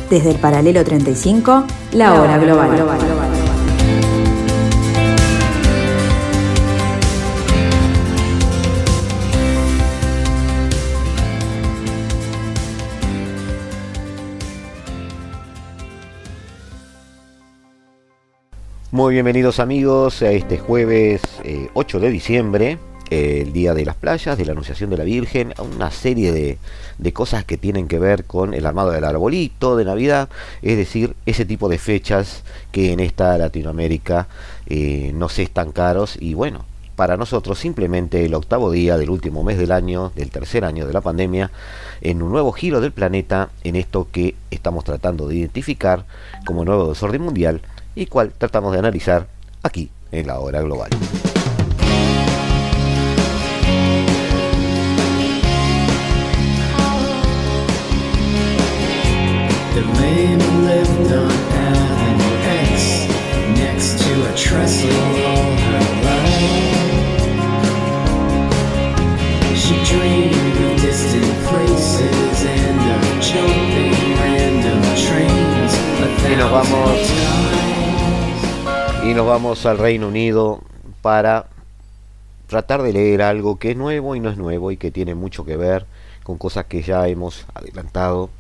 Desde el paralelo 35, la hora global. Muy bienvenidos amigos a este jueves 8 de diciembre, el día de las playas, de la Anunciación de la Virgen, a una serie de cosas que tienen que ver con el armado del arbolito de Navidad, es decir, ese tipo de fechas que en esta Latinoamérica nos están caros y bueno, para nosotros simplemente el octavo día del último mes del año, del tercer año de la pandemia, en un nuevo giro del planeta, en esto que estamos tratando de identificar como nuevo desorden mundial, y cual tratamos de analizar aquí en la hora global. Y nos vamos al Reino Unido para tratar de leer algo que es nuevo y no es nuevo y que tiene mucho que ver con cosas que ya hemos adelantado,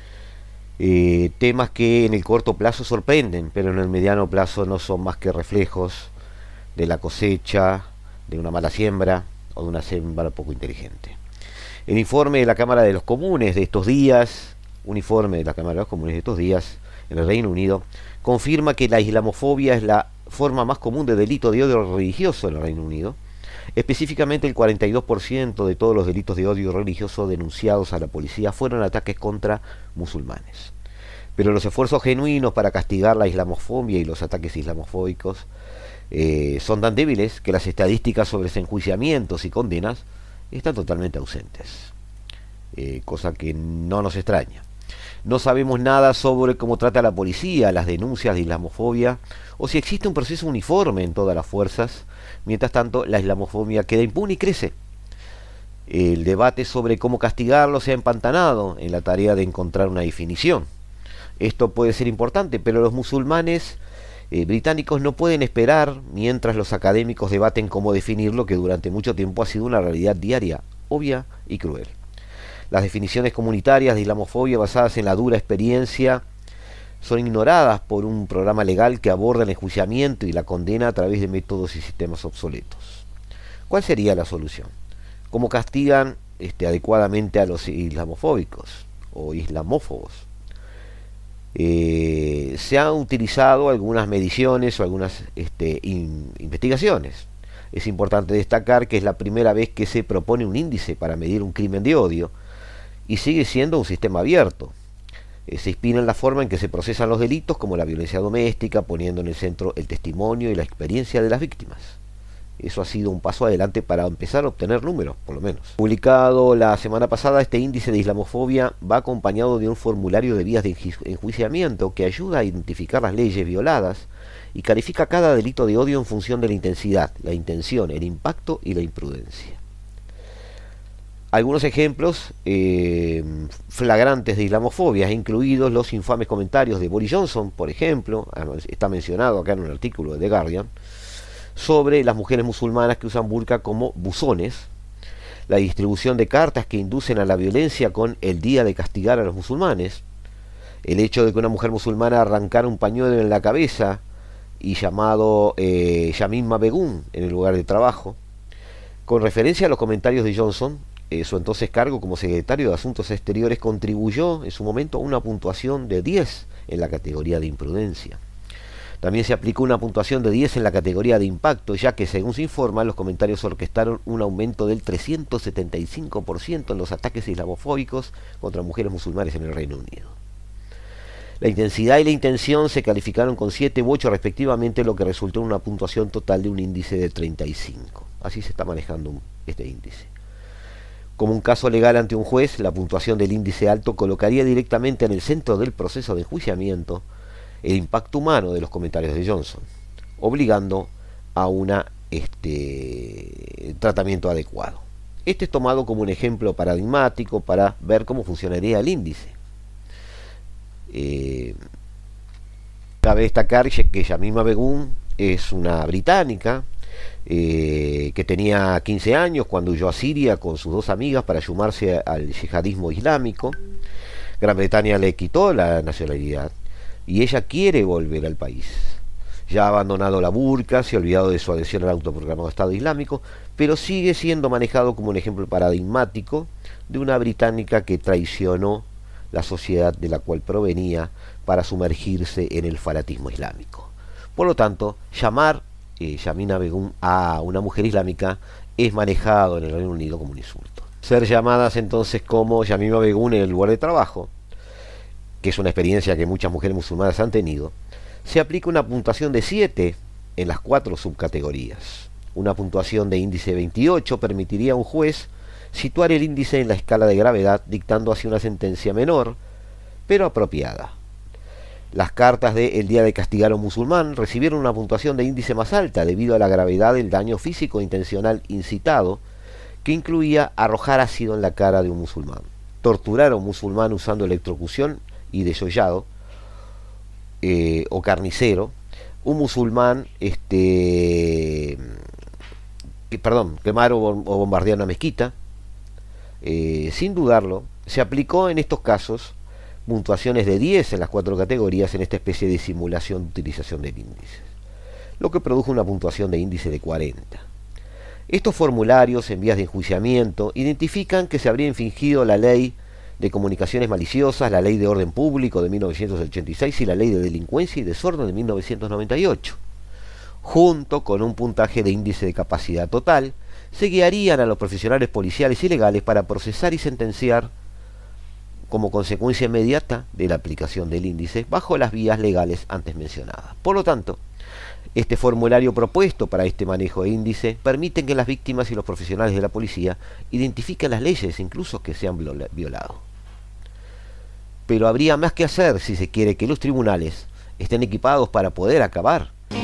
temas que en el corto plazo sorprenden, pero en el mediano plazo no son más que reflejos de la cosecha, de una mala siembra o de una siembra poco inteligente. El informe de la Cámara de los Comunes de estos días, un informe de la Cámara de los Comunes de estos días en el Reino Unido, confirma que la islamofobia es la forma más común de delito de odio religioso en el Reino Unido. Específicamente el 42% de todos los delitos de odio religioso denunciados a la policía fueron ataques contra musulmanes. Pero los esfuerzos genuinos para castigar la islamofobia y los ataques islamofóbicos son tan débiles que las estadísticas sobre enjuiciamientos y condenas están totalmente ausentes, cosa que no nos extraña. No sabemos nada sobre cómo trata la policía las denuncias de islamofobia o si existe un proceso uniforme en todas las fuerzas. Mientras tanto, la islamofobia queda impune y crece. El debate sobre cómo castigarlo se ha empantanado en la tarea de encontrar una definición. Esto puede ser importante, pero los musulmanes británicos no pueden esperar mientras los académicos debaten cómo definir lo que durante mucho tiempo ha sido una realidad diaria, obvia y cruel. Las definiciones comunitarias de islamofobia basadas en la dura experiencia son ignoradas por un programa legal que aborda el enjuiciamiento y la condena a través de métodos y sistemas obsoletos. ¿Cuál sería la solución? ¿Cómo castigan adecuadamente a los islamofóbicos o islamófobos? Se han utilizado algunas mediciones o algunas investigaciones. Es importante destacar que es la primera vez que se propone un índice para medir un crimen de odio y sigue siendo un sistema abierto. Se inspira en la forma en que se procesan los delitos como la violencia doméstica, poniendo en el centro el testimonio y la experiencia de las víctimas. Eso ha sido un paso adelante para empezar a obtener números, por lo menos. Publicado la semana pasada, este índice de islamofobia va acompañado de un formulario de vías de enjuiciamiento que ayuda a identificar las leyes violadas y califica cada delito de odio en función de la intensidad, la intención, el impacto y la imprudencia. Algunos ejemplos flagrantes de islamofobia, incluidos los infames comentarios de Boris Johnson, por ejemplo, está mencionado acá en un artículo de The Guardian, sobre las mujeres musulmanas que usan burka como buzones, la distribución de cartas que inducen a la violencia con el día de castigar a los musulmanes, el hecho de que una mujer musulmana arrancara un pañuelo en la cabeza y llamado Yamima Begum en el lugar de trabajo. Con referencia a los comentarios de Johnson, su entonces cargo como secretario de Asuntos Exteriores contribuyó en su momento a una puntuación de 10 en la categoría de imprudencia. También se aplicó una puntuación de 10 en la categoría de impacto, ya que según se informa, los comentarios orquestaron un aumento del 375% en los ataques islamofóbicos contra mujeres musulmanes en el Reino Unido. La intensidad y la intención se calificaron con 7 u 8 respectivamente, lo que resultó en una puntuación total de un índice de 35. Así se está manejando este índice. Como un caso legal ante un juez, la puntuación del índice alto colocaría directamente en el centro del proceso de enjuiciamiento el impacto humano de los comentarios de Johnson, obligando a un tratamiento adecuado. Este es tomado como un ejemplo paradigmático para ver cómo funcionaría el índice. Cabe destacar que Yamima Begum es una británica que tenía 15 años cuando huyó a Siria con sus dos amigas para sumarse al yihadismo islámico. Gran Bretaña le quitó la nacionalidad y ella quiere volver al país. Ya ha abandonado la burka, se ha olvidado de su adhesión al autoproclamado Estado Islámico, pero sigue siendo manejado como un ejemplo paradigmático de una británica que traicionó la sociedad de la cual provenía para sumergirse en el fanatismo islámico. Por lo tanto, llamar Yamina Begum a una mujer islámica es manejado en el Reino Unido como un insulto. Ser llamadas entonces como Yamima Begum en el lugar de trabajo, que es una experiencia que muchas mujeres musulmanas han tenido, se aplica una puntuación de 7 en las 4 subcategorías. Una puntuación de índice 28 permitiría a un juez situar el índice en la escala de gravedad, dictando así una sentencia menor, pero apropiada. Las cartas de El día de castigar a un musulmán recibieron una puntuación de índice más alta debido a la gravedad del daño físico intencional incitado, que incluía arrojar ácido en la cara de un musulmán, torturar a un musulmán usando electrocución y desollado, o carnicero, un musulmán quemar o bombardear una mezquita. Sin dudarlo, se aplicó en estos casos puntuaciones de 10 en las 4 categorías en esta especie de simulación de utilización del índice, lo que produjo una puntuación de índice de 40. Estos formularios en vías de enjuiciamiento identifican que se habría infringido la ley de comunicaciones maliciosas, la ley de orden público de 1986 y la ley de delincuencia y desorden de 1998. Junto con un puntaje de índice de capacidad total, se guiarían a los profesionales policiales y legales para procesar y sentenciar como consecuencia inmediata de la aplicación del índice bajo las vías legales antes mencionadas. Por lo tanto, este formulario propuesto para este manejo de índice permite que las víctimas y los profesionales de la policía identifiquen las leyes, incluso que se han violado. Pero habría más que hacer si se quiere que los tribunales estén equipados para poder acabar con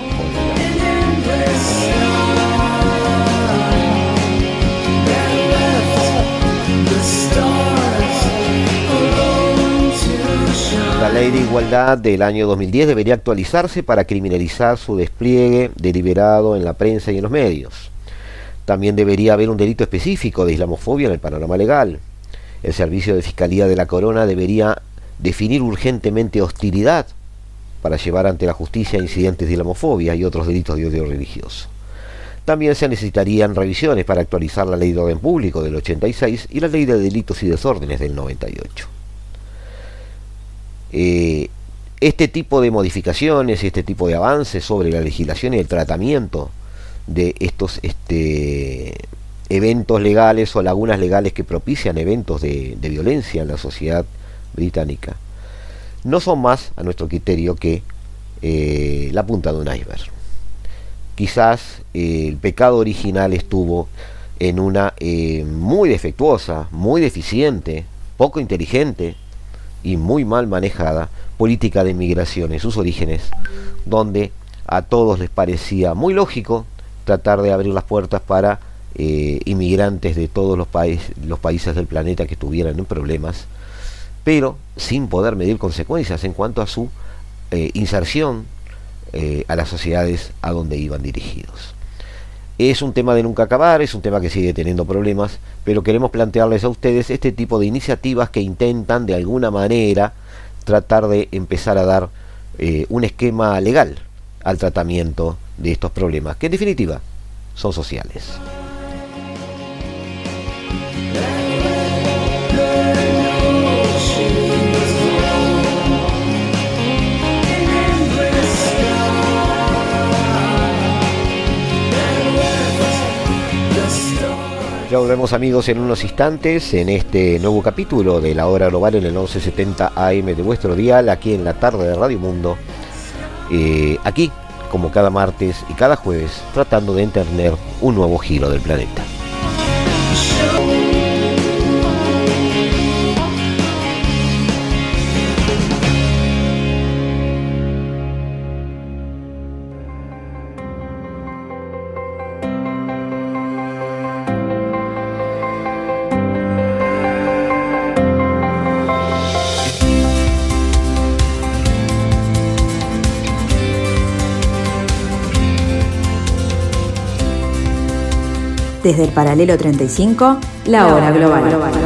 la ley de igualdad del año 2010 debería actualizarse para criminalizar su despliegue deliberado en la prensa y en los medios. También debería haber un delito específico de islamofobia en el panorama legal. El Servicio de Fiscalía de la Corona debería definir urgentemente hostilidad para llevar ante la justicia incidentes de islamofobia y otros delitos de odio religioso. También se necesitarían revisiones para actualizar la Ley de Orden Público del 86 y la Ley de Delitos y Desórdenes del 98. Este tipo de modificaciones y este tipo de avances sobre la legislación y el tratamiento de estos eventos legales o lagunas legales que propician eventos de violencia en la sociedad británica no son más, a nuestro criterio, que la punta de un iceberg. Quizás el pecado original estuvo en una muy defectuosa, muy deficiente, poco inteligente y muy mal manejada política de inmigración en sus orígenes, donde a todos les parecía muy lógico tratar de abrir las puertas para inmigrantes de todos los países del planeta que estuvieran en problemas, pero sin poder medir consecuencias en cuanto a su inserción a las sociedades a donde iban dirigidos. Es un tema de nunca acabar, es un tema que sigue teniendo problemas, pero queremos plantearles a ustedes este tipo de iniciativas que intentan de alguna manera tratar de empezar a dar un esquema legal al tratamiento de estos problemas, que en definitiva son sociales. Ya volvemos, amigos, en unos instantes en este nuevo capítulo de la Hora Global en el 1170 AM de vuestro dial, aquí en la tarde de Radio Mundo, aquí como cada martes y cada jueves, tratando de entender un nuevo giro del planeta. Desde el paralelo 35, la hora global.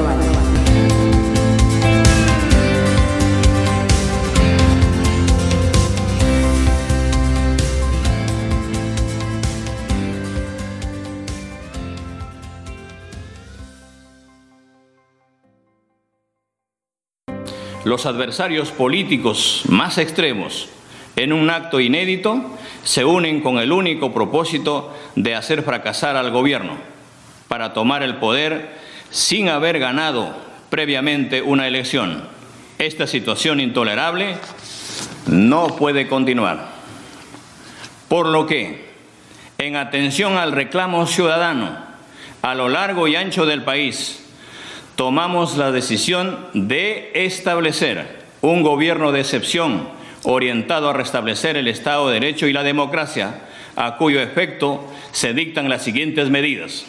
Los adversarios políticos más extremos, en un acto inédito, se unen con el único propósito de hacer fracasar al gobierno para tomar el poder sin haber ganado previamente una elección. Esta situación intolerable no puede continuar. Por lo que, en atención al reclamo ciudadano a lo largo y ancho del país, tomamos la decisión de establecer un gobierno de excepción orientado a restablecer el Estado de Derecho y la democracia, a cuyo efecto se dictan las siguientes medidas.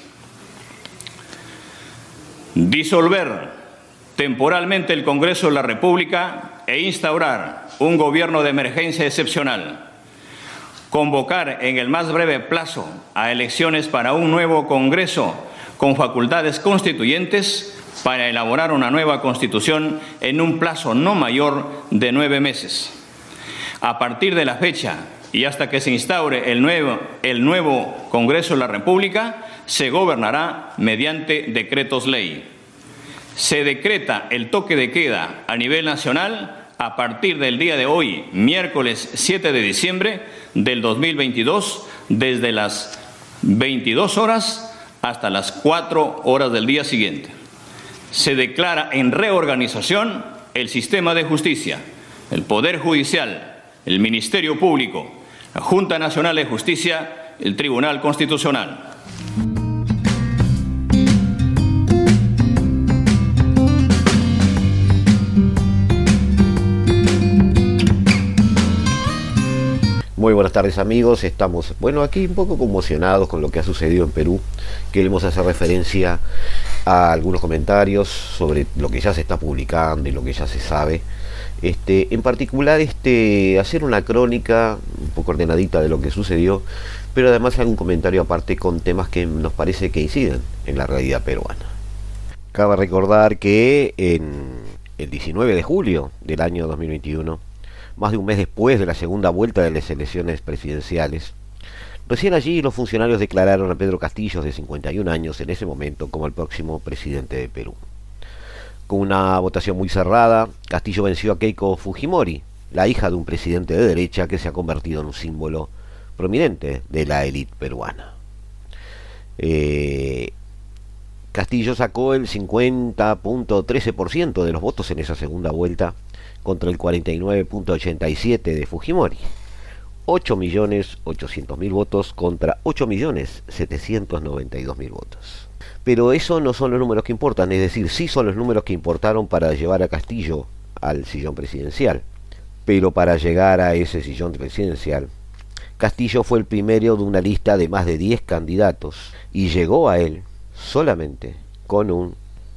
Disolver temporalmente el Congreso de la República e instaurar un gobierno de emergencia excepcional. Convocar en el más breve plazo a elecciones para un nuevo Congreso con facultades constituyentes para elaborar una nueva Constitución en un plazo no mayor de 9 meses. A partir de la fecha y hasta que se instaure el nuevo Congreso de la República, se gobernará mediante decretos ley. Se decreta el toque de queda a nivel nacional a partir del día de hoy, miércoles 7 de diciembre del 2022, desde las 22 horas hasta las 4 horas del día siguiente. Se declara en reorganización el sistema de justicia, el Poder Judicial, el Ministerio Público, la Junta Nacional de Justicia, el Tribunal Constitucional. Muy buenas tardes, amigos. Estamos, aquí un poco conmocionados con lo que ha sucedido en Perú. Queremos hacer referencia a algunos comentarios sobre lo que ya se está publicando y lo que ya se sabe. En particular, hacer una crónica un poco ordenadita de lo que sucedió, pero además algún comentario aparte con temas que nos parece que inciden en la realidad peruana. Cabe recordar que en el 19 de julio del año 2021, más de un mes después de la segunda vuelta de las elecciones presidenciales, recién allí los funcionarios declararon a Pedro Castillo, de 51 años en ese momento, como el próximo presidente de Perú. Con una votación muy cerrada, Castillo venció a Keiko Fujimori, la hija de un presidente de derecha que se ha convertido en un símbolo prominente de la élite peruana. Castillo sacó el 50.13% de los votos en esa segunda vuelta, contra el 49.87% de Fujimori. 8.800.000 votos contra 8.792.000 votos. Pero eso no son los números que importan, es decir, sí son los números que importaron para llevar a Castillo al sillón presidencial. Pero para llegar a ese sillón presidencial, Castillo fue el primero de una lista de más de 10 candidatos y llegó a él solamente con un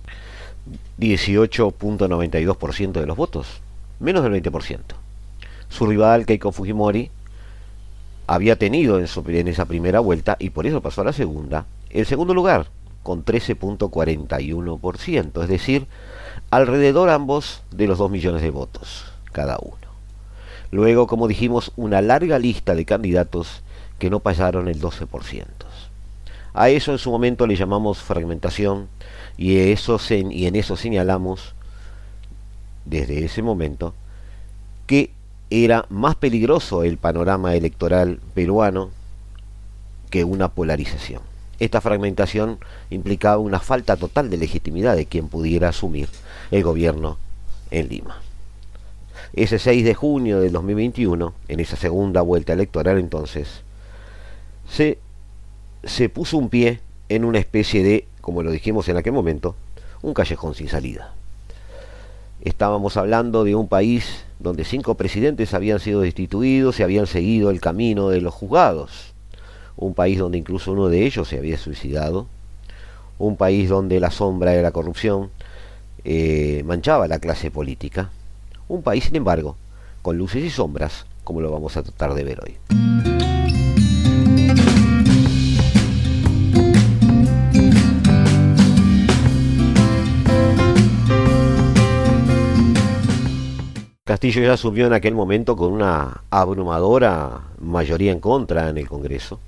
18.92% de los votos, menos del 20%. Su rival, Keiko Fujimori, había tenido en esa primera vuelta, y por eso pasó a la segunda, el segundo lugar, con 13.41%, es decir, alrededor ambos de los 2 millones de votos cada uno. Luego, como dijimos, una larga lista de candidatos que no pasaron el 12%. A eso en su momento le llamamos fragmentación, y en eso señalamos desde ese momento que era más peligroso el panorama electoral peruano que una polarización. Esta fragmentación implicaba una falta total de legitimidad de quien pudiera asumir el gobierno en Lima. Ese 6 de junio del 2021, en esa segunda vuelta electoral entonces, se puso un pie en una especie de, como lo dijimos en aquel momento, un callejón sin salida. Estábamos hablando de un país donde 5 presidentes habían sido destituidos y habían seguido el camino de los juzgados. Un país donde incluso uno de ellos se había suicidado. Un país donde la sombra de la corrupción manchaba la clase política. Un país, sin embargo, con luces y sombras, como lo vamos a tratar de ver hoy. Castillo ya asumió en aquel momento con una abrumadora mayoría en contra en el Congreso.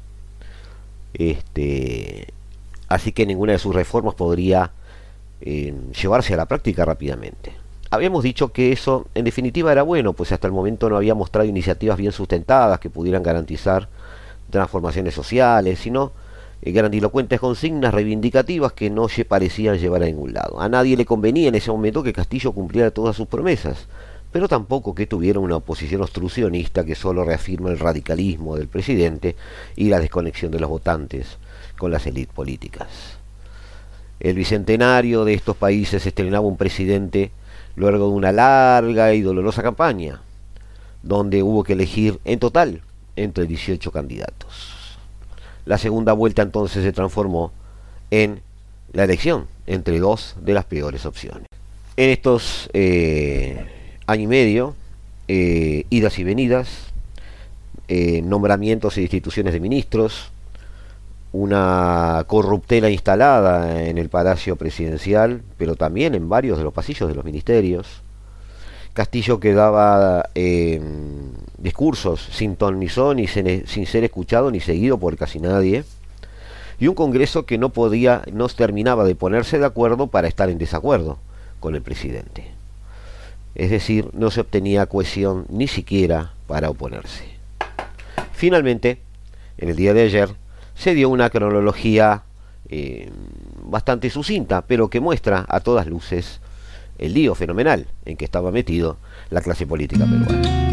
Así que ninguna de sus reformas podría llevarse a la práctica rápidamente. Habíamos dicho que eso en definitiva era bueno, pues hasta el momento no había mostrado iniciativas bien sustentadas que pudieran garantizar transformaciones sociales, sino grandilocuentes consignas reivindicativas que no se parecían llevar a ningún lado. A nadie le convenía en ese momento que Castillo cumpliera todas sus promesas, pero tampoco que tuviera una oposición obstruccionista que solo reafirma el radicalismo del presidente y la desconexión de los votantes con las élites políticas. El bicentenario de estos países estrenaba un presidente luego de una larga y dolorosa campaña, donde hubo que elegir en total entre 18 candidatos. La segunda vuelta entonces se transformó en la elección entre dos de las peores opciones. En estos año y medio, idas y venidas, nombramientos e instituciones de ministros, una corruptela instalada en el Palacio Presidencial, pero también en varios de los pasillos de los ministerios. Castillo que daba discursos sin ton ni son y sin ser escuchado ni seguido por casi nadie, y un Congreso que no terminaba de ponerse de acuerdo para estar en desacuerdo con el presidente. Es decir, no se obtenía cohesión ni siquiera para oponerse. Finalmente, en el día de ayer, se dio una cronología bastante sucinta, pero que muestra a todas luces el lío fenomenal en que estaba metido la clase política peruana.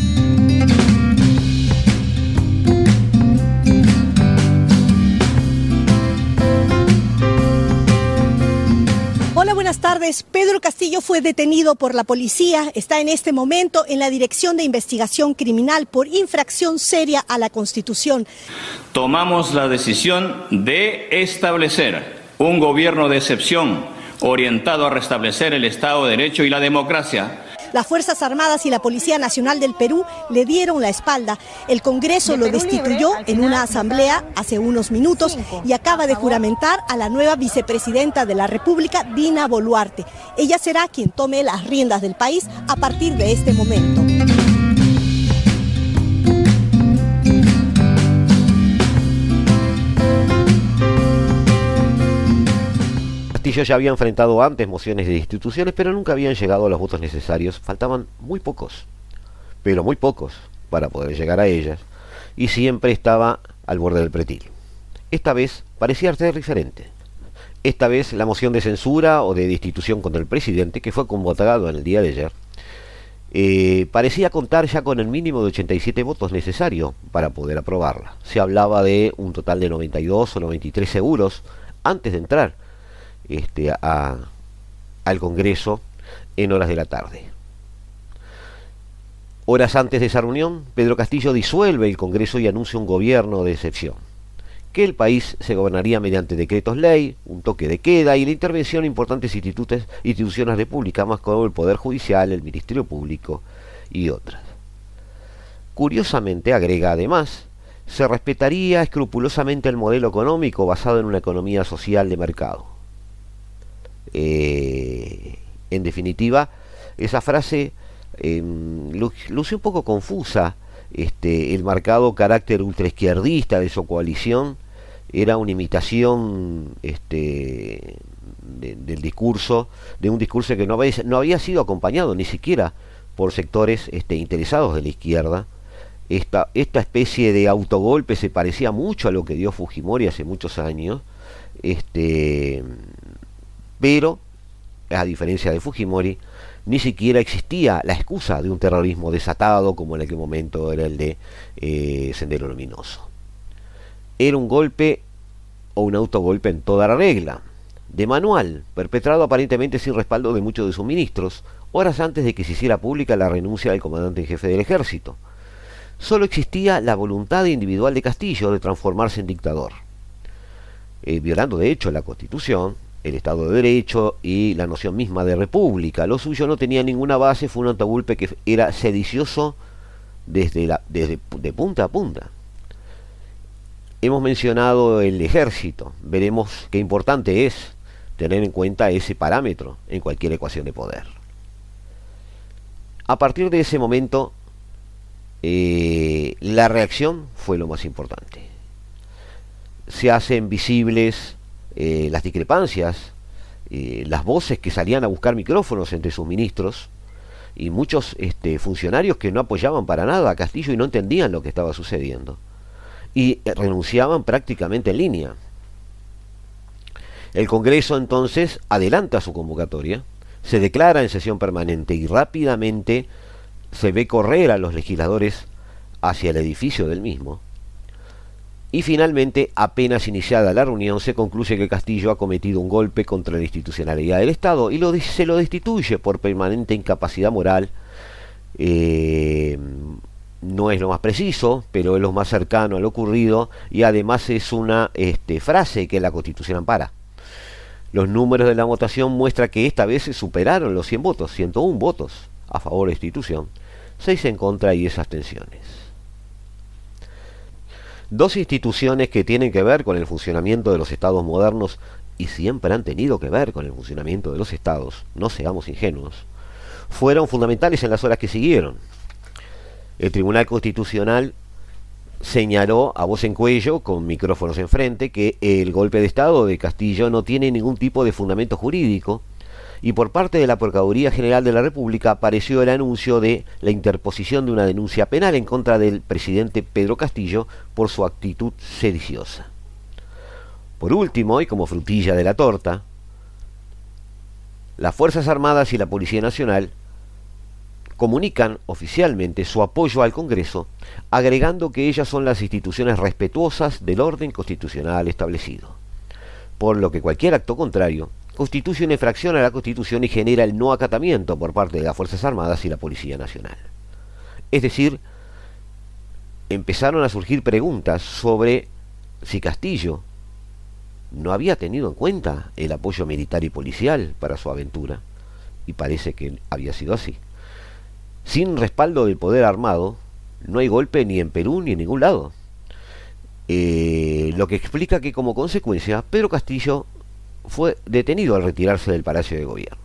Hola, buenas tardes. Pedro Castillo fue detenido por la policía. Está en este momento en la Dirección de Investigación Criminal por infracción seria a la Constitución. Tomamos la decisión de establecer un gobierno de excepción orientado a restablecer el Estado de Derecho y la democracia. Las Fuerzas Armadas y la Policía Nacional del Perú le dieron la espalda. El Congreso lo destituyó en una asamblea hace unos minutos y acaba de juramentar a la nueva vicepresidenta de la República, Dina Boluarte. Ella será quien tome las riendas del país a partir de este momento. Castillo ya había enfrentado antes mociones de destituciones, pero nunca habían llegado a los votos necesarios. Faltaban muy pocos, pero muy pocos, para poder llegar a ellas, y siempre estaba al borde del pretil. Esta vez parecía ser diferente. Esta vez la moción de censura o de destitución contra el presidente, que fue convocado en el día de ayer, parecía contar ya con el mínimo de 87 votos necesarios para poder aprobarla. Se hablaba de un total de 92 o 93 seguros antes de entrar al Congreso en horas de la tarde. Horas antes de esa reunión, Pedro Castillo disuelve el Congreso y anuncia un gobierno de excepción, que el país se gobernaría mediante decretos ley, un toque de queda y la intervención de importantes instituciones repúblicas, más como el Poder Judicial, el Ministerio Público y otras. Curiosamente, agrega además, se respetaría escrupulosamente el modelo económico basado en una economía social de mercado. En definitiva, esa frase luce un poco confusa. El marcado carácter ultraizquierdista de su coalición era una imitación del discurso, de un discurso que no había sido acompañado ni siquiera por sectores interesados de la izquierda. Esta especie de autogolpe se parecía mucho a lo que dio Fujimori hace muchos años, pero a diferencia de Fujimori, ni siquiera existía la excusa de un terrorismo desatado como en aquel momento era el de Sendero Luminoso. Era un golpe o un autogolpe en toda la regla, de manual, perpetrado aparentemente sin respaldo de muchos de sus ministros, horas antes de que se hiciera pública la renuncia del comandante en jefe del ejército. Solo existía la voluntad individual de Castillo de transformarse en dictador, violando de hecho la Constitución, el Estado de Derecho y la noción misma de república. Lo suyo no tenía ninguna base, fue un autogolpe que era sedicioso de punta a punta. Hemos mencionado el ejército, veremos qué importante es tener en cuenta ese parámetro en cualquier ecuación de poder. A partir de ese momento, la reacción fue lo más importante. Se hacen visibles las discrepancias, las voces que salían a buscar micrófonos entre sus ministros, y muchos funcionarios que no apoyaban para nada a Castillo y no entendían lo que estaba sucediendo, y renunciaban prácticamente en línea. El Congreso entonces adelanta su convocatoria, se declara en sesión permanente y rápidamente se ve correr a los legisladores hacia el edificio del mismo. Y finalmente, apenas iniciada la reunión, se concluye que Castillo ha cometido un golpe contra la institucionalidad del Estado y se lo destituye por permanente incapacidad moral. No es lo más preciso, pero es lo más cercano a lo ocurrido, y además es una frase que la Constitución ampara. Los números de la votación muestran que esta vez se superaron los 100 votos, 101 votos a favor de la destitución, 6 en contra y 10 abstenciones. Dos instituciones que tienen que ver con el funcionamiento de los estados modernos y siempre han tenido que ver con el funcionamiento de los estados, no seamos ingenuos, fueron fundamentales en las horas que siguieron. El Tribunal Constitucional señaló a voz en cuello, con micrófonos enfrente, que el golpe de Estado de Castillo no tiene ningún tipo de fundamento jurídico, y por parte de la Procuraduría General de la República apareció el anuncio de la interposición de una denuncia penal en contra del presidente Pedro Castillo por su actitud sediciosa. Por último, y como frutilla de la torta, las Fuerzas Armadas y la Policía Nacional comunican oficialmente su apoyo al Congreso, agregando que ellas son las instituciones respetuosas del orden constitucional establecido, por lo que cualquier acto contrario constituye una infracción a la Constitución y genera el no acatamiento por parte de las Fuerzas Armadas y la Policía Nacional. Es decir, empezaron a surgir preguntas sobre si Castillo no había tenido en cuenta el apoyo militar y policial para su aventura, y parece que había sido así. Sin respaldo del poder armado, no hay golpe ni en Perú ni en ningún lado. Lo que explica que como consecuencia Pedro Castillo fue detenido al retirarse del Palacio de Gobierno.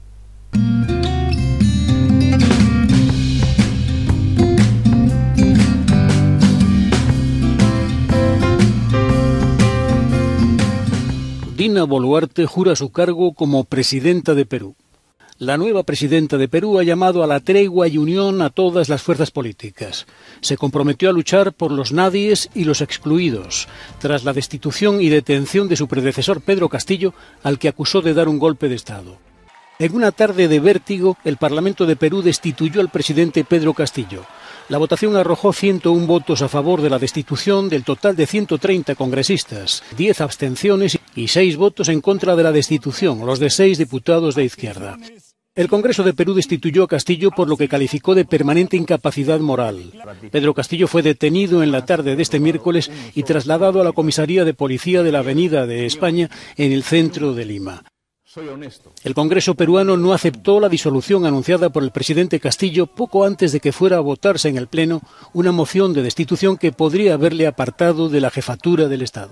Dina Boluarte jura su cargo como presidenta de Perú. La nueva presidenta de Perú ha llamado a la tregua y unión a todas las fuerzas políticas. Se comprometió a luchar por los nadies y los excluidos, tras la destitución y detención de su predecesor Pedro Castillo, al que acusó de dar un golpe de Estado. En una tarde de vértigo, el Parlamento de Perú destituyó al presidente Pedro Castillo. La votación arrojó 101 votos a favor de la destitución del total de 130 congresistas, 10 abstenciones y 6 votos en contra de la destitución, los de 6 diputados de izquierda. El Congreso de Perú destituyó a Castillo por lo que calificó de permanente incapacidad moral. Pedro Castillo fue detenido en la tarde de este miércoles y trasladado a la comisaría de policía de la Avenida de España en el centro de Lima. El Congreso peruano no aceptó la disolución anunciada por el presidente Castillo poco antes de que fuera a votarse en el Pleno una moción de destitución que podría haberle apartado de la jefatura del Estado.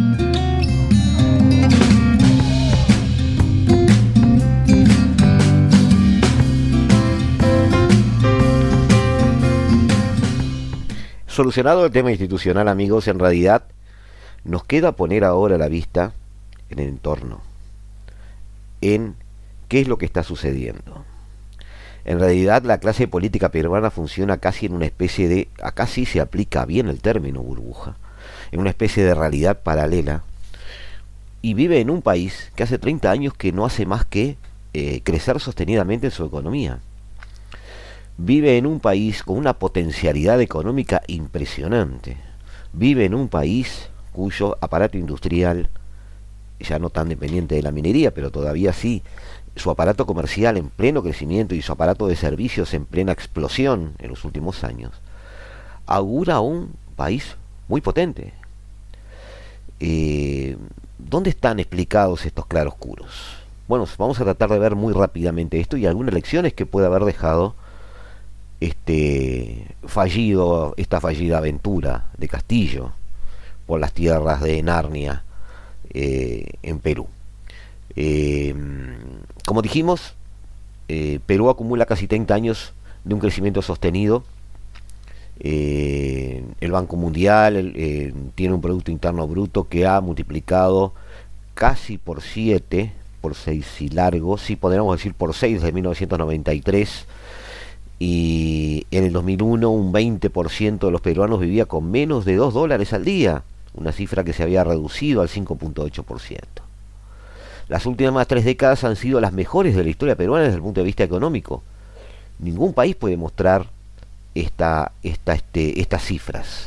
Solucionado el tema institucional, amigos, en realidad nos queda poner ahora la vista en el entorno, en qué es lo que está sucediendo. En realidad la clase política peruana funciona casi en una especie de, acá sí se aplica bien el término burbuja, en una especie de realidad paralela, y vive en un país que hace 30 años que no hace más que crecer sostenidamente en su economía. Vive en un país con una potencialidad económica impresionante. Vive en un país cuyo aparato industrial, ya no tan dependiente de la minería, pero todavía sí, su aparato comercial en pleno crecimiento y su aparato de servicios en plena explosión en los últimos años, augura un país muy potente. ¿Dónde están explicados estos claroscuros? Bueno, vamos a tratar de ver muy rápidamente esto y algunas lecciones que puede haber dejado esta fallida aventura de Castillo por las tierras de Narnia en Perú. Como dijimos, Perú acumula casi 30 años de un crecimiento sostenido. El Banco Mundial tiene un Producto Interno Bruto que ha multiplicado casi por 7, por 6 y largo, sí podríamos decir por 6 desde 1993, y en el 2001 un 20% de los peruanos vivía con menos de $2 al día, una cifra que se había reducido al 5.8%. Las últimas 3 décadas han sido las mejores de la historia peruana desde el punto de vista económico. Ningún país puede mostrar estas cifras.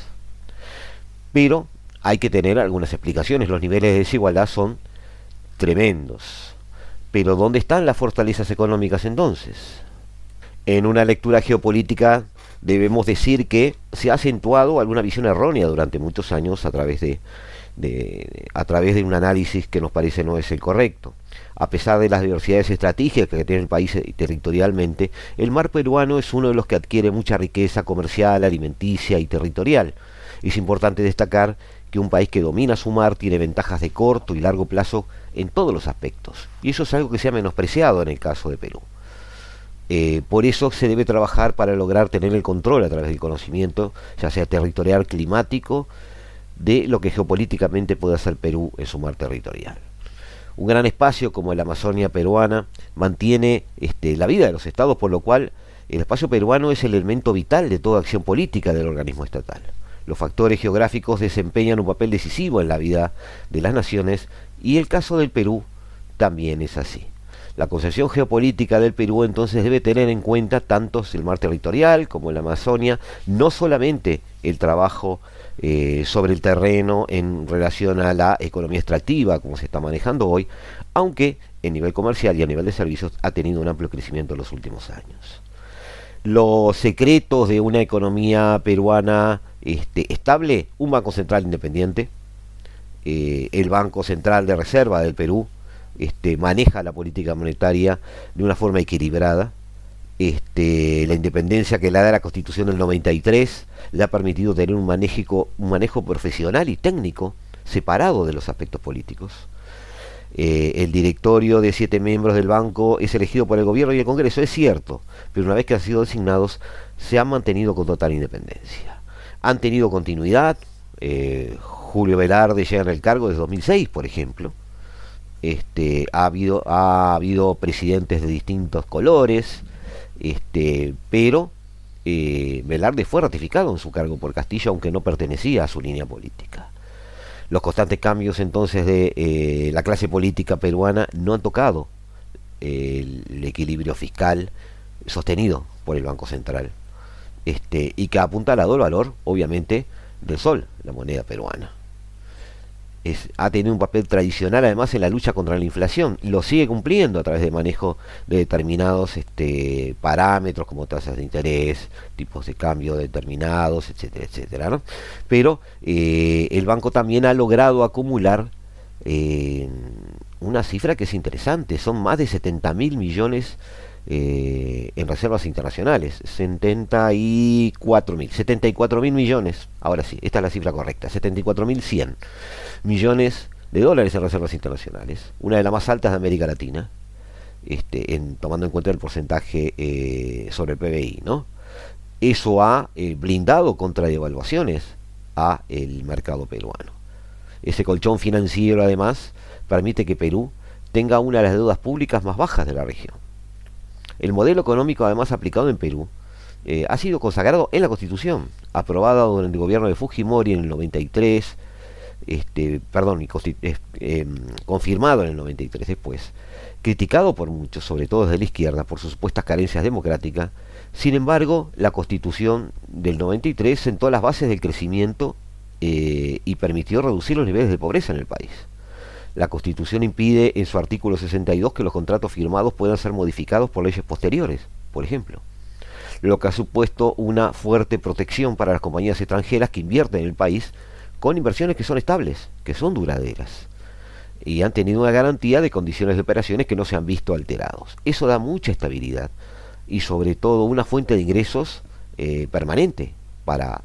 Pero hay que tener algunas explicaciones. Los niveles de desigualdad son tremendos. Pero ¿dónde están las fortalezas económicas entonces? En una lectura geopolítica debemos decir que se ha acentuado alguna visión errónea durante muchos años a través de un análisis que nos parece no es el correcto. A pesar de las diversidades estratégicas que tiene el país territorialmente, el mar peruano es uno de los que adquiere mucha riqueza comercial, alimenticia y territorial. Es importante destacar que un país que domina su mar tiene ventajas de corto y largo plazo en todos los aspectos, y eso es algo que se ha menospreciado en el caso de Perú. Por eso se debe trabajar para lograr tener el control a través del conocimiento, ya sea territorial, climático, de lo que geopolíticamente puede hacer Perú en su mar territorial. Un gran espacio como la Amazonia peruana mantiene la vida de los estados, por lo cual el espacio peruano es el elemento vital de toda acción política del organismo estatal. Los factores geográficos desempeñan un papel decisivo en la vida de las naciones, y el caso del Perú también es así. La concepción geopolítica del Perú entonces debe tener en cuenta tanto el mar territorial como la Amazonia, no solamente el trabajo sobre el terreno en relación a la economía extractiva como se está manejando hoy, aunque en nivel comercial y a nivel de servicios ha tenido un amplio crecimiento en los últimos años. Los secretos de una economía peruana estable: un Banco Central independiente, el Banco Central de Reserva del Perú maneja la política monetaria de una forma equilibrada. La independencia que le da la Constitución del 93 le ha permitido tener un manejo profesional y técnico separado de los aspectos políticos. El directorio de 7 miembros del banco es elegido por el gobierno y el Congreso, es cierto, pero una vez que han sido designados se han mantenido con total independencia. Han tenido continuidad. Julio Velarde llega en el cargo desde 2006, por ejemplo. Ha habido presidentes de distintos colores, pero Velarde fue ratificado en su cargo por Castillo, aunque no pertenecía a su línea política. Los constantes cambios entonces de la clase política peruana no han tocado el equilibrio fiscal sostenido por el Banco Central, y que ha apuntalado el valor, obviamente, del sol, la moneda peruana. Ha tenido un papel tradicional además en la lucha contra la inflación, y lo sigue cumpliendo a través de manejo de determinados parámetros como tasas de interés, tipos de cambio determinados, etcétera, etcétera, ¿no? Pero el banco también ha logrado acumular una cifra que es interesante: son más de 70.000 millones en reservas internacionales, 74.000 millones, ahora sí, esta es la cifra correcta, 74.100 millones de dólares en reservas internacionales, una de las más altas de América Latina, tomando en cuenta el porcentaje sobre el PBI, ¿no? Eso ha blindado contra devaluaciones a el mercado peruano. Ese colchón financiero además permite que Perú tenga una de las deudas públicas más bajas de la región. El modelo económico además aplicado en Perú ha sido consagrado en la Constitución, aprobada durante el gobierno de Fujimori en el 93, confirmado en el 93 después, criticado por muchos, sobre todo desde la izquierda, por sus supuestas carencias democráticas. Sin embargo, la Constitución del 93 sentó las bases del crecimiento y permitió reducir los niveles de pobreza en el país. La Constitución impide en su artículo 62 que los contratos firmados puedan ser modificados por leyes posteriores, por ejemplo, lo que ha supuesto una fuerte protección para las compañías extranjeras que invierten en el país, con inversiones que son estables, que son duraderas, y han tenido una garantía de condiciones de operaciones que no se han visto alterados. Eso da mucha estabilidad y sobre todo una fuente de ingresos permanente para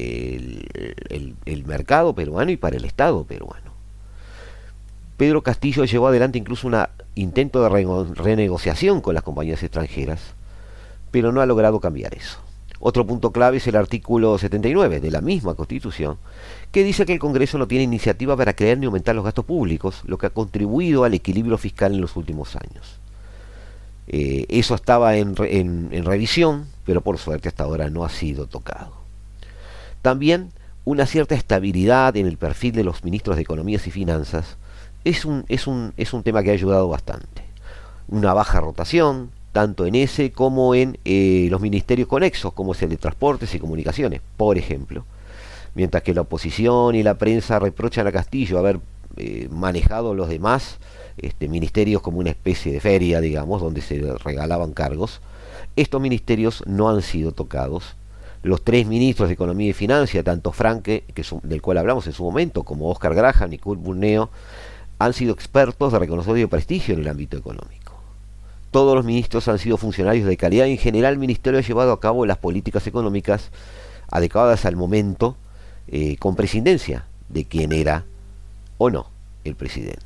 el mercado peruano y para el Estado peruano. Pedro Castillo llevó adelante incluso un intento de renegociación con las compañías extranjeras, pero no ha logrado cambiar eso. Otro punto clave es el artículo 79 de la misma Constitución, que dice que el Congreso no tiene iniciativa para crear ni aumentar los gastos públicos, lo que ha contribuido al equilibrio fiscal en los últimos años. Eso estaba en revisión, pero por suerte hasta ahora no ha sido tocado. También una cierta estabilidad en el perfil de los ministros de Economía y Finanzas es un tema que ha ayudado bastante. Una baja rotación, tanto en ese como en los ministerios conexos, como es el de Transportes y Comunicaciones, por ejemplo. Mientras que la oposición y la prensa reprochan a Castillo haber manejado los demás ministerios como una especie de feria, digamos, donde se regalaban cargos, estos ministerios no han sido tocados. Los tres ministros de Economía y Finanzas, tanto Franke, del cual hablamos en su momento, como Oscar Graham y Kurt Burneo, han sido expertos de reconocido prestigio en el ámbito económico. Todos los ministros han sido funcionarios de calidad y en general el ministerio ha llevado a cabo las políticas económicas adecuadas al momento, con prescindencia de quién era o no el presidente.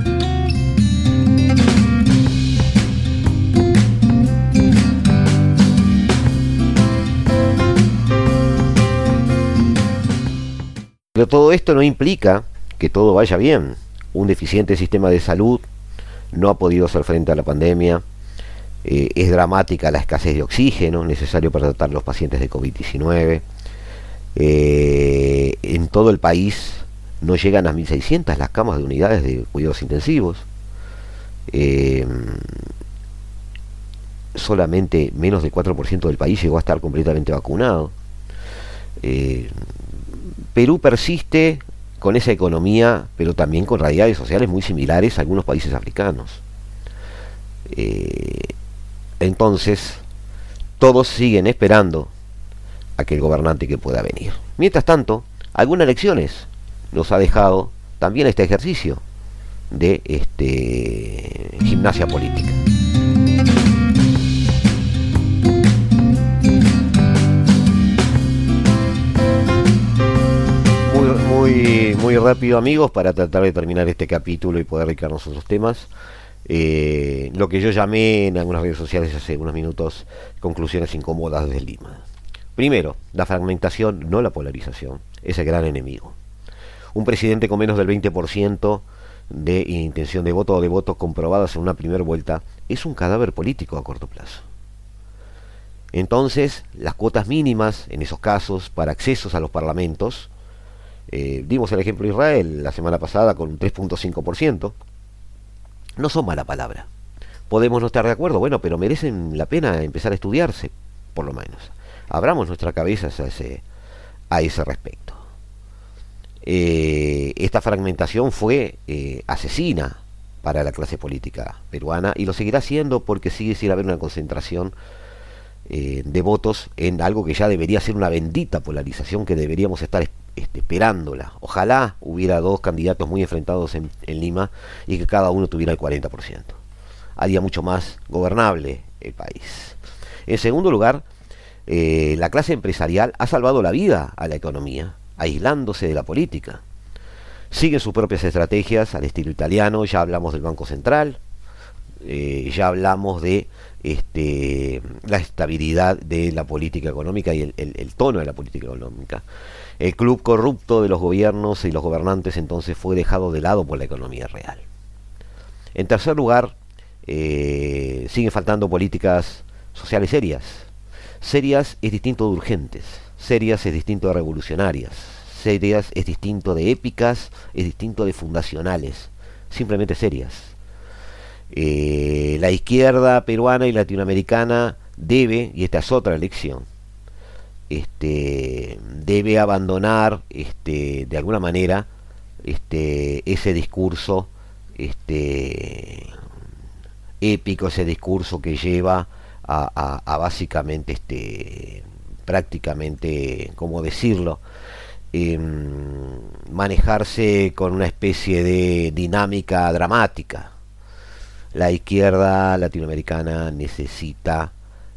Pero todo esto no implica que todo vaya bien. Un deficiente sistema de salud no ha podido hacer frente a la pandemia. Es dramática la escasez de oxígeno necesario para tratar a los pacientes de COVID-19. En todo el país no llegan a 1.600 las camas de unidades de cuidados intensivos. Solamente menos del 4% del país llegó a estar completamente vacunado. Perú persiste con esa economía, pero también con realidades sociales muy similares a algunos países africanos. Entonces, todos siguen esperando a que el gobernante que pueda venir. Mientras tanto, algunas elecciones nos ha dejado también este ejercicio de gimnasia política. Muy rápido, amigos, para tratar de terminar este capítulo y poder dedicarnos a otros temas. Lo que yo llamé en algunas redes sociales hace unos minutos conclusiones incómodas desde Lima. Primero, la fragmentación, no la polarización, es el gran enemigo. Un presidente con menos del 20% de intención de voto o de votos comprobadas en una primera vuelta es un cadáver político a corto plazo. Entonces, las cuotas mínimas en esos casos para accesos a los parlamentos, dimos el ejemplo de Israel la semana pasada con un 3.5%, no son mala palabra. Podemos no estar de acuerdo, bueno, pero merecen la pena empezar a estudiarse, por lo menos. Abramos nuestras cabezas a ese respecto. Esta fragmentación fue asesina para la clase política peruana y lo seguirá siendo porque sigue sin haber una concentración de votos en algo que ya debería ser una bendita polarización que deberíamos estar esperándola. Ojalá hubiera dos candidatos muy enfrentados en Lima y que cada uno tuviera el 40%. Haría mucho más gobernable el país. En segundo lugar, la clase empresarial ha salvado la vida a la economía, aislándose de la política. Siguen sus propias estrategias al estilo italiano. Ya hablamos del Banco Central, ya hablamos de la estabilidad de la política económica y el tono de la política económica. El club corrupto de los gobiernos y los gobernantes entonces fue dejado de lado por la economía real. En tercer lugar, siguen faltando políticas sociales serias. Serias es distinto de urgentes, serias es distinto de revolucionarias, serias es distinto de épicas, es distinto de fundacionales, simplemente serias. La izquierda peruana y latinoamericana debe, y esta es otra elección, debe abandonar de alguna manera ese discurso épico, ese discurso que lleva a básicamente prácticamente, ¿cómo decirlo? Manejarse con una especie de dinámica dramática. La izquierda latinoamericana necesita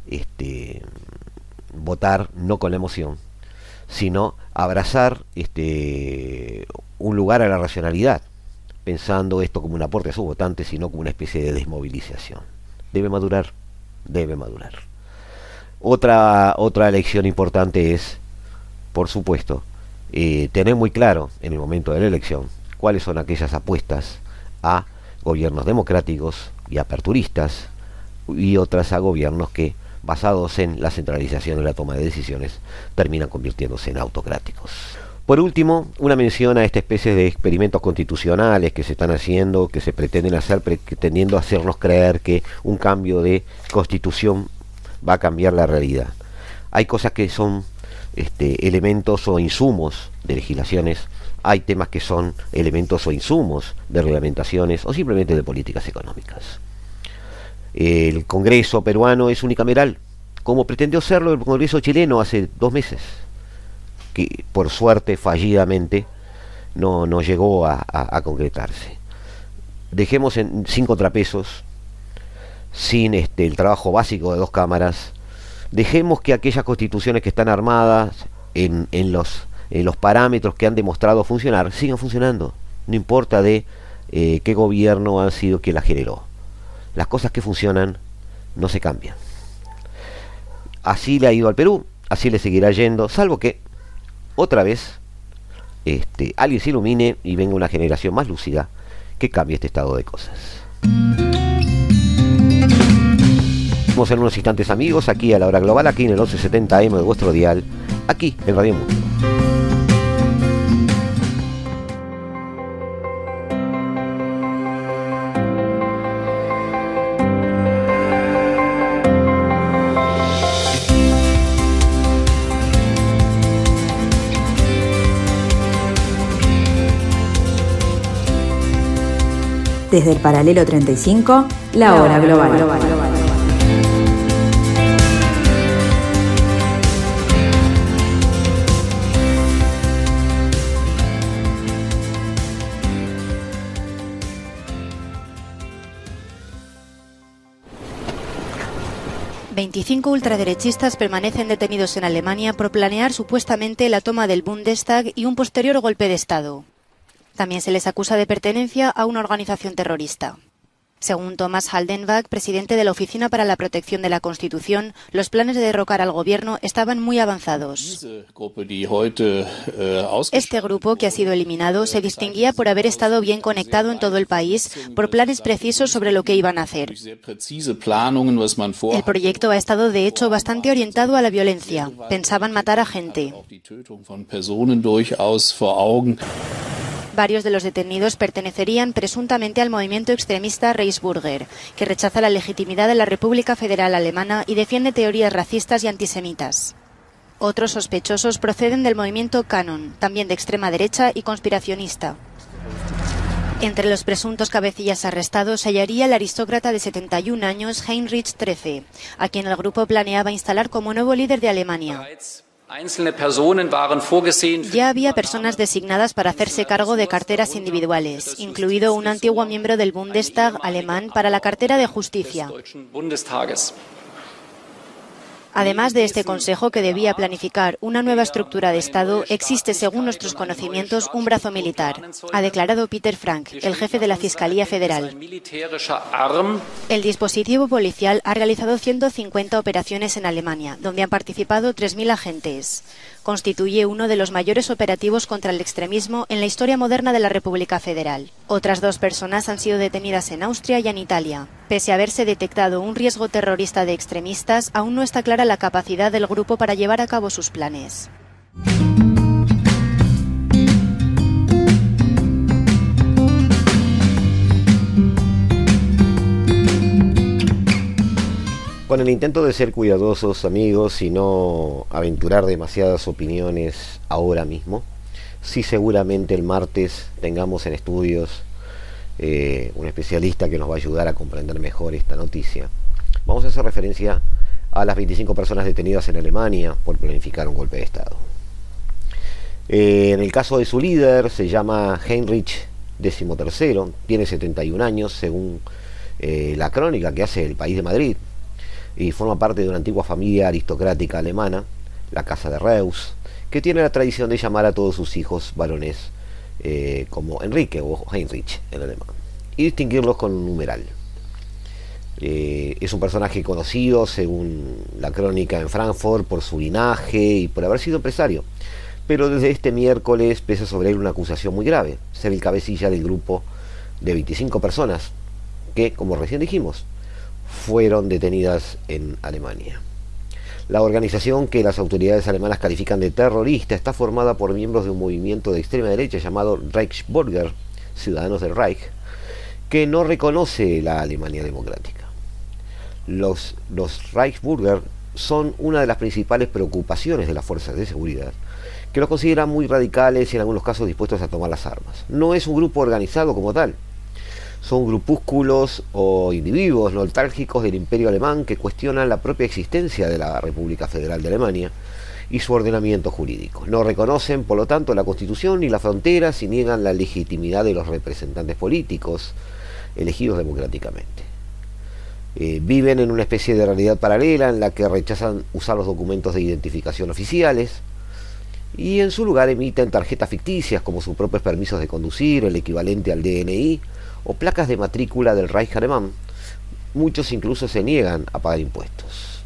votar no con la emoción, sino abrazar un lugar a la racionalidad, pensando esto como un aporte a sus votantes, sino como una especie de desmovilización. Debe madurar, debe madurar. Otra lección importante es, por supuesto, tener muy claro en el momento de la elección cuáles son aquellas apuestas a gobiernos democráticos y aperturistas y otras a gobiernos que, basados en la centralización de la toma de decisiones, terminan convirtiéndose en autocráticos. Por último, una mención a esta especie de experimentos constitucionales que se están haciendo, que se pretenden hacer, pretendiendo hacernos creer que un cambio de constitución va a cambiar la realidad. Hay cosas que son elementos o insumos de legislaciones, hay temas que son elementos o insumos de reglamentaciones o simplemente de políticas económicas. El Congreso peruano es unicameral, como pretendió serlo el Congreso chileno hace 2 meses, que por suerte fallidamente no llegó a concretarse. Dejemos sin contrapesos, sin el trabajo básico de 2 cámaras, dejemos que aquellas constituciones que están armadas en los parámetros que han demostrado funcionar sigan funcionando, no importa de qué gobierno ha sido quien la generó. Las cosas que funcionan no se cambian. Así le ha ido al Perú, así le seguirá yendo, salvo que otra vez alguien se ilumine y venga una generación más lúcida que cambie este estado de cosas. Vamos en unos instantes, amigos, aquí a la hora global, aquí en el 1170 AM de vuestro dial, aquí en Radio Mundo. Desde el paralelo 35, la hora global. «25 ultraderechistas permanecen detenidos en Alemania por planear supuestamente la toma del Bundestag y un posterior golpe de Estado. También se les acusa de pertenencia a una organización terrorista. Según Thomas Haldenwang, presidente de la Oficina para la Protección de la Constitución, los planes de derrocar al gobierno estaban muy avanzados. Este grupo, que ha sido eliminado, se distinguía por haber estado bien conectado en todo el país, por planes precisos sobre lo que iban a hacer. El proyecto ha estado, de hecho, bastante orientado a la violencia. Pensaban matar a gente. Varios de los detenidos pertenecerían presuntamente al movimiento extremista Reichsbürger, que rechaza la legitimidad de la República Federal Alemana y defiende teorías racistas y antisemitas. Otros sospechosos proceden del movimiento Kanon, también de extrema derecha y conspiracionista. Entre los presuntos cabecillas arrestados se hallaría el aristócrata de 71 años Heinrich XIII, a quien el grupo planeaba instalar como nuevo líder de Alemania. Ya había personas designadas para hacerse cargo de carteras individuales, incluido un antiguo miembro del Bundestag alemán para la cartera de Justicia. Además de este consejo que debía planificar una nueva estructura de Estado, existe, según nuestros conocimientos, un brazo militar, ha declarado Peter Frank, el jefe de la Fiscalía Federal. El dispositivo policial ha realizado 150 operaciones en Alemania, donde han participado 3.000 agentes. Constituye uno de los mayores operativos contra el extremismo en la historia moderna de la República Federal. Otras 2 personas han sido detenidas en Austria y en Italia. Pese a haberse detectado un riesgo terrorista de extremistas, aún no está clara la capacidad del grupo para llevar a cabo sus planes. Con el intento de ser cuidadosos, amigos, y no aventurar demasiadas opiniones ahora mismo, sí, seguramente el martes tengamos en estudios un especialista que nos va a ayudar a comprender mejor esta noticia. Vamos a hacer referencia a las 25 personas detenidas en Alemania por planificar un golpe de Estado. En el caso de su líder, se llama Heinrich XIII, tiene 71 años, según la crónica que hace El País de Madrid, y forma parte de una antigua familia aristocrática alemana, la Casa de Reus, que tiene la tradición de llamar a todos sus hijos varones como Enrique o Heinrich en alemán, y distinguirlos con un numeral. Es un personaje conocido, según la crónica en Frankfurt, por su linaje y por haber sido empresario. Pero desde este miércoles pesa sobre él una acusación muy grave: ser el cabecilla del grupo de 25 personas que, como recién dijimos, fueron detenidas en Alemania. La organización, que las autoridades alemanas califican de terrorista, está formada por miembros de un movimiento de extrema derecha llamado Reichsbürger, Ciudadanos del Reich, que no reconoce la Alemania democrática. Los Reichsbürger son una de las principales preocupaciones de las fuerzas de seguridad, que los consideran muy radicales y en algunos casos dispuestos a tomar las armas. No es un grupo organizado como tal. Son grupúsculos o individuos nostálgicos del Imperio Alemán que cuestionan la propia existencia de la República Federal de Alemania y su ordenamiento jurídico. No reconocen, por lo tanto, la Constitución ni las fronteras y niegan la legitimidad de los representantes políticos elegidos democráticamente. Viven en una especie de realidad paralela en la que rechazan usar los documentos de identificación oficiales y en su lugar emiten tarjetas ficticias como sus propios permisos de conducir, el equivalente al DNI, o placas de matrícula del Reich alemán. Muchos incluso se niegan a pagar impuestos.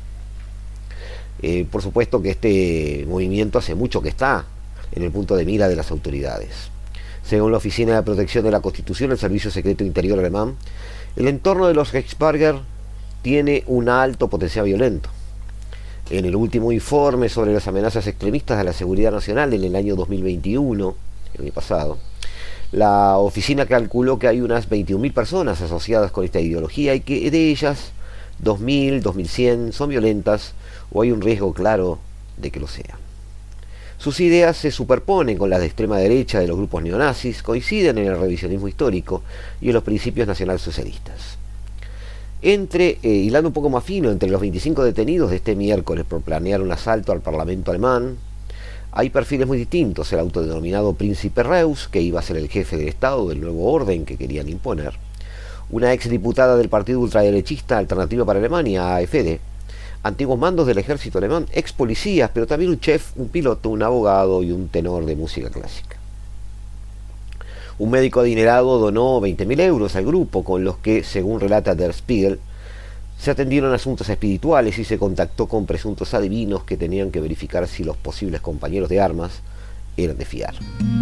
Por supuesto que este movimiento hace mucho que está en el punto de mira de las autoridades. Según la Oficina de Protección de la Constitución, el Servicio Secreto Interior alemán, el entorno de los Reichsbürger tiene un alto potencial violento. En el último informe sobre las amenazas extremistas a la seguridad nacional en el año 2021, el año pasado, la oficina calculó que hay unas 21.000 personas asociadas con esta ideología y que de ellas 2.000, 2.100 son violentas o hay un riesgo claro de que lo sean. Sus ideas se superponen con las de extrema derecha de los grupos neonazis, coinciden en el revisionismo histórico y en los principios nacionalsocialistas. Hilando un poco más fino, entre los 25 detenidos de este miércoles por planear un asalto al Parlamento alemán, hay perfiles muy distintos: el autodenominado Príncipe Reus, que iba a ser el jefe del Estado del nuevo orden que querían imponer, una exdiputada del partido ultraderechista Alternativa para Alemania, AfD, antiguos mandos del ejército alemán, ex policías, pero también un chef, un piloto, un abogado y un tenor de música clásica. Un médico adinerado donó 20.000 euros al grupo, con los que, según relata Der Spiegel, se atendieron asuntos espirituales y se contactó con presuntos adivinos que tenían que verificar si los posibles compañeros de armas eran de fiar.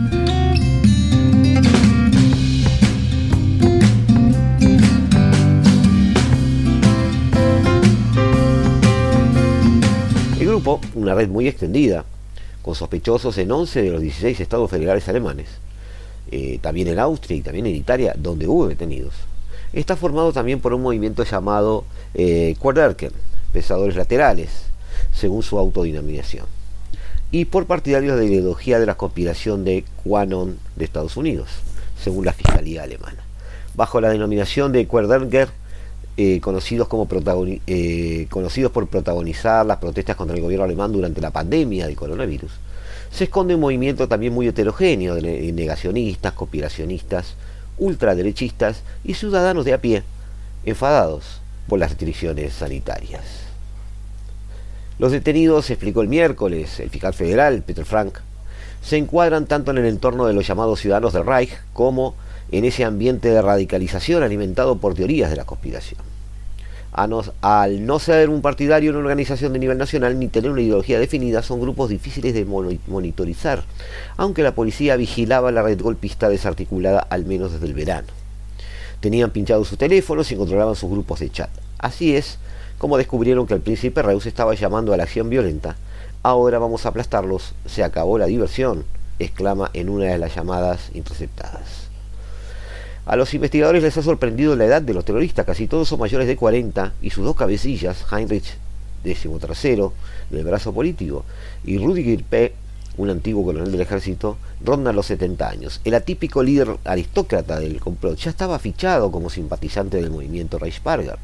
El grupo, una red muy extendida, con sospechosos en 11 de los 16 estados federales alemanes, también en Austria y también en Italia, donde hubo detenidos, está formado también por un movimiento llamado Querdenker, pensadores laterales, según su autodenominación, y por partidarios de la ideología de la conspiración de QAnon de Estados Unidos, según la Fiscalía alemana. Bajo la denominación de Querdenker, conocidos por protagonizar las protestas contra el gobierno alemán durante la pandemia del coronavirus, se esconde un movimiento también muy heterogéneo de negacionistas, conspiracionistas, ultraderechistas y ciudadanos de a pie, enfadados por las restricciones sanitarias. Los detenidos, explicó el miércoles el fiscal federal Peter Frank, se encuadran tanto en el entorno de los llamados ciudadanos del Reich como en ese ambiente de radicalización alimentado por teorías de la conspiración. Al no ser un partidario en una organización de nivel nacional ni tener una ideología definida, son grupos difíciles de monitorizar, aunque la policía vigilaba la red golpista desarticulada al menos desde el verano. Tenían pinchados sus teléfonos y controlaban sus grupos de chat. Así es como descubrieron que el príncipe Reus estaba llamando a la acción violenta. Ahora vamos a aplastarlos, se acabó la diversión, exclama en una de las llamadas interceptadas. A los investigadores les ha sorprendido la edad de los terroristas, casi todos son mayores de 40, y sus dos cabecillas, Heinrich XIII, del brazo político, y Rudiger P., un antiguo coronel del ejército, rondan los 70 años. El atípico líder aristócrata del complot ya estaba fichado como simpatizante del movimiento Reichsbürger.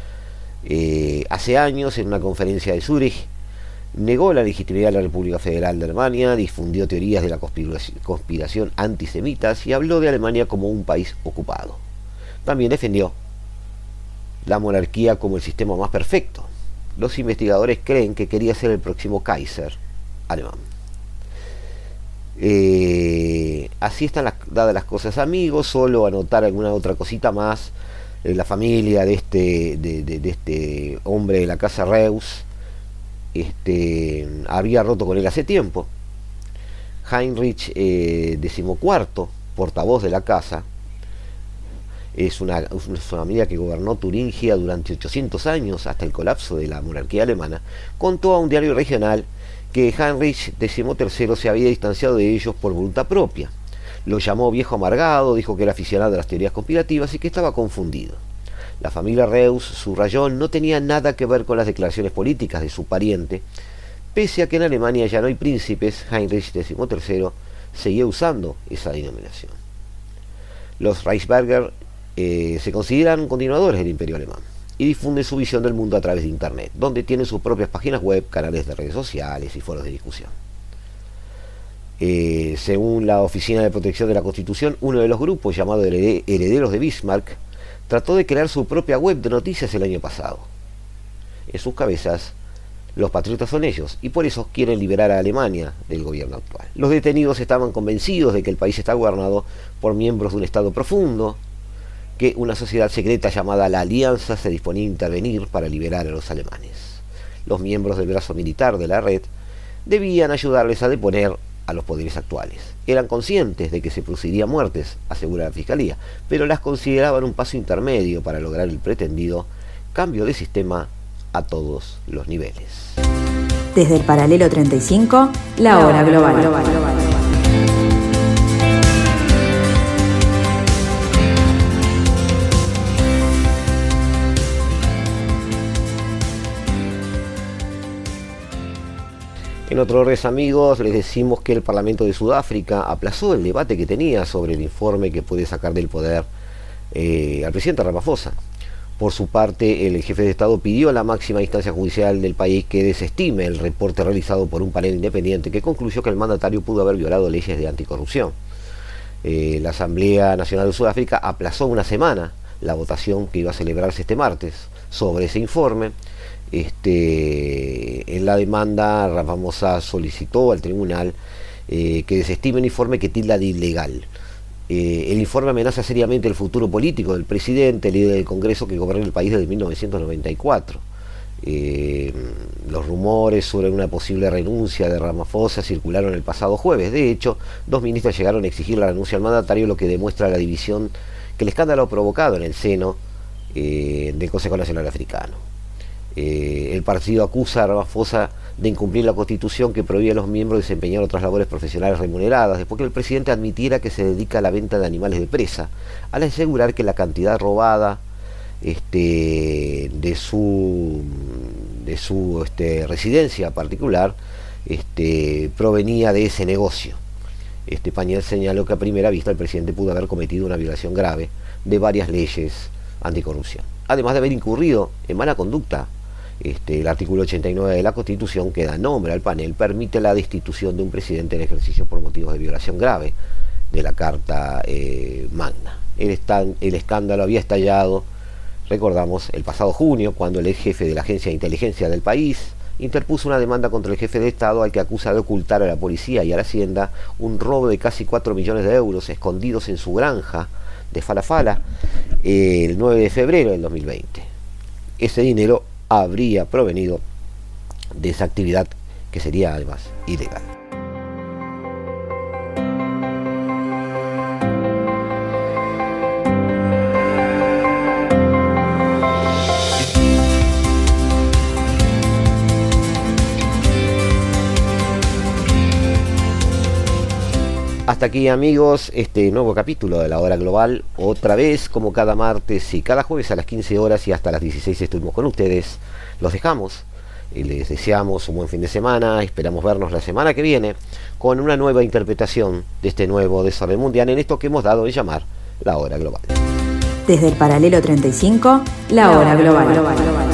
Hace años, en una conferencia de Zúrich, negó la legitimidad de la República Federal de Alemania, difundió teorías de la conspiración antisemitas y habló de Alemania como un país ocupado. También defendió la monarquía como el sistema más perfecto. Los investigadores creen que quería ser el próximo Kaiser alemán. Así están dadas las cosas, amigos. Solo anotar alguna otra cosita más. la familia de este hombre de la casa Reus había roto con él hace tiempo. Heinrich XIV, portavoz de la casa, es una familia que gobernó Turingia durante 800 años hasta el colapso de la monarquía alemana, contó a un diario regional que Heinrich XIII se había distanciado de ellos por voluntad propia. Lo llamó viejo amargado, dijo que era aficionado a las teorías conspirativas y que estaba confundido. La familia Reus subrayó no tenía nada que ver con las declaraciones políticas de su pariente. Pese a que en Alemania ya no hay príncipes, Heinrich XIII seguía usando esa denominación. Los Reichsbürger se consideran continuadores del Imperio Alemán y difunden su visión del mundo a través de Internet, donde tienen sus propias páginas web, canales de redes sociales y foros de discusión. Según la Oficina de Protección de la Constitución, uno de los grupos, llamado Herederos de Bismarck, trató de crear su propia web de noticias el año pasado. En sus cabezas, los patriotas son ellos, y por eso quieren liberar a Alemania del gobierno actual. Los detenidos estaban convencidos de que el país está gobernado por miembros de un Estado profundo, que una sociedad secreta llamada la Alianza se disponía a intervenir para liberar a los alemanes. Los miembros del brazo militar de la red debían ayudarles a deponer a los poderes actuales. Eran conscientes de que se producirían muertes, asegura la Fiscalía, pero las consideraban un paso intermedio para lograr el pretendido cambio de sistema a todos los niveles. Desde el paralelo 35, la hora global. En otro orden, amigos, les decimos que el Parlamento de Sudáfrica aplazó el debate que tenía sobre el informe que puede sacar del poder al presidente Ramaphosa. Por su parte, el jefe de Estado pidió a la máxima instancia judicial del país que desestime el reporte realizado por un panel independiente que concluyó que el mandatario pudo haber violado leyes de anticorrupción. La Asamblea Nacional de Sudáfrica aplazó una semana la votación que iba a celebrarse este martes sobre ese informe. En la demanda, Ramaphosa solicitó al tribunal que desestime un informe que tilda de ilegal. El informe amenaza seriamente el futuro político del presidente, líder del Congreso que gobernó el país desde 1994. Los rumores sobre una posible renuncia de Ramaphosa circularon el pasado jueves. De hecho, 2 ministros llegaron a exigir la renuncia al mandatario, lo que demuestra la división que el escándalo ha provocado en el seno del Consejo Nacional Africano. El partido acusa a Ramaphosa de incumplir la Constitución que prohíbe a los miembros desempeñar otras labores profesionales remuneradas, después que el presidente admitiera que se dedica a la venta de animales de presa, al asegurar que la cantidad robada de su residencia particular provenía de ese negocio. Pañal señaló que a primera vista el presidente pudo haber cometido una violación grave de varias leyes anticorrupción, además de haber incurrido en mala conducta. El artículo 89 de la Constitución, que da nombre al panel, permite la destitución de un presidente en ejercicio por motivos de violación grave de la Carta Magna. El escándalo había estallado, recordamos, el pasado junio, cuando el ex jefe de la agencia de inteligencia del país interpuso una demanda contra el jefe de Estado, al que acusa de ocultar a la policía y a la Hacienda un robo de casi 4 millones de euros escondidos en su granja de Falafala el 9 de febrero del 2020. Ese dinero habría provenido de esa actividad que sería además ilegal. Hasta aquí, amigos, este nuevo capítulo de la Hora Global. Otra vez, como cada martes y cada jueves a las 15 horas y hasta las 16 estuvimos con ustedes. Los dejamos y les deseamos un buen fin de semana. Esperamos vernos la semana que viene con una nueva interpretación de este nuevo desorden mundial en esto que hemos dado en llamar la Hora Global. Desde el paralelo 35, la Hora Global.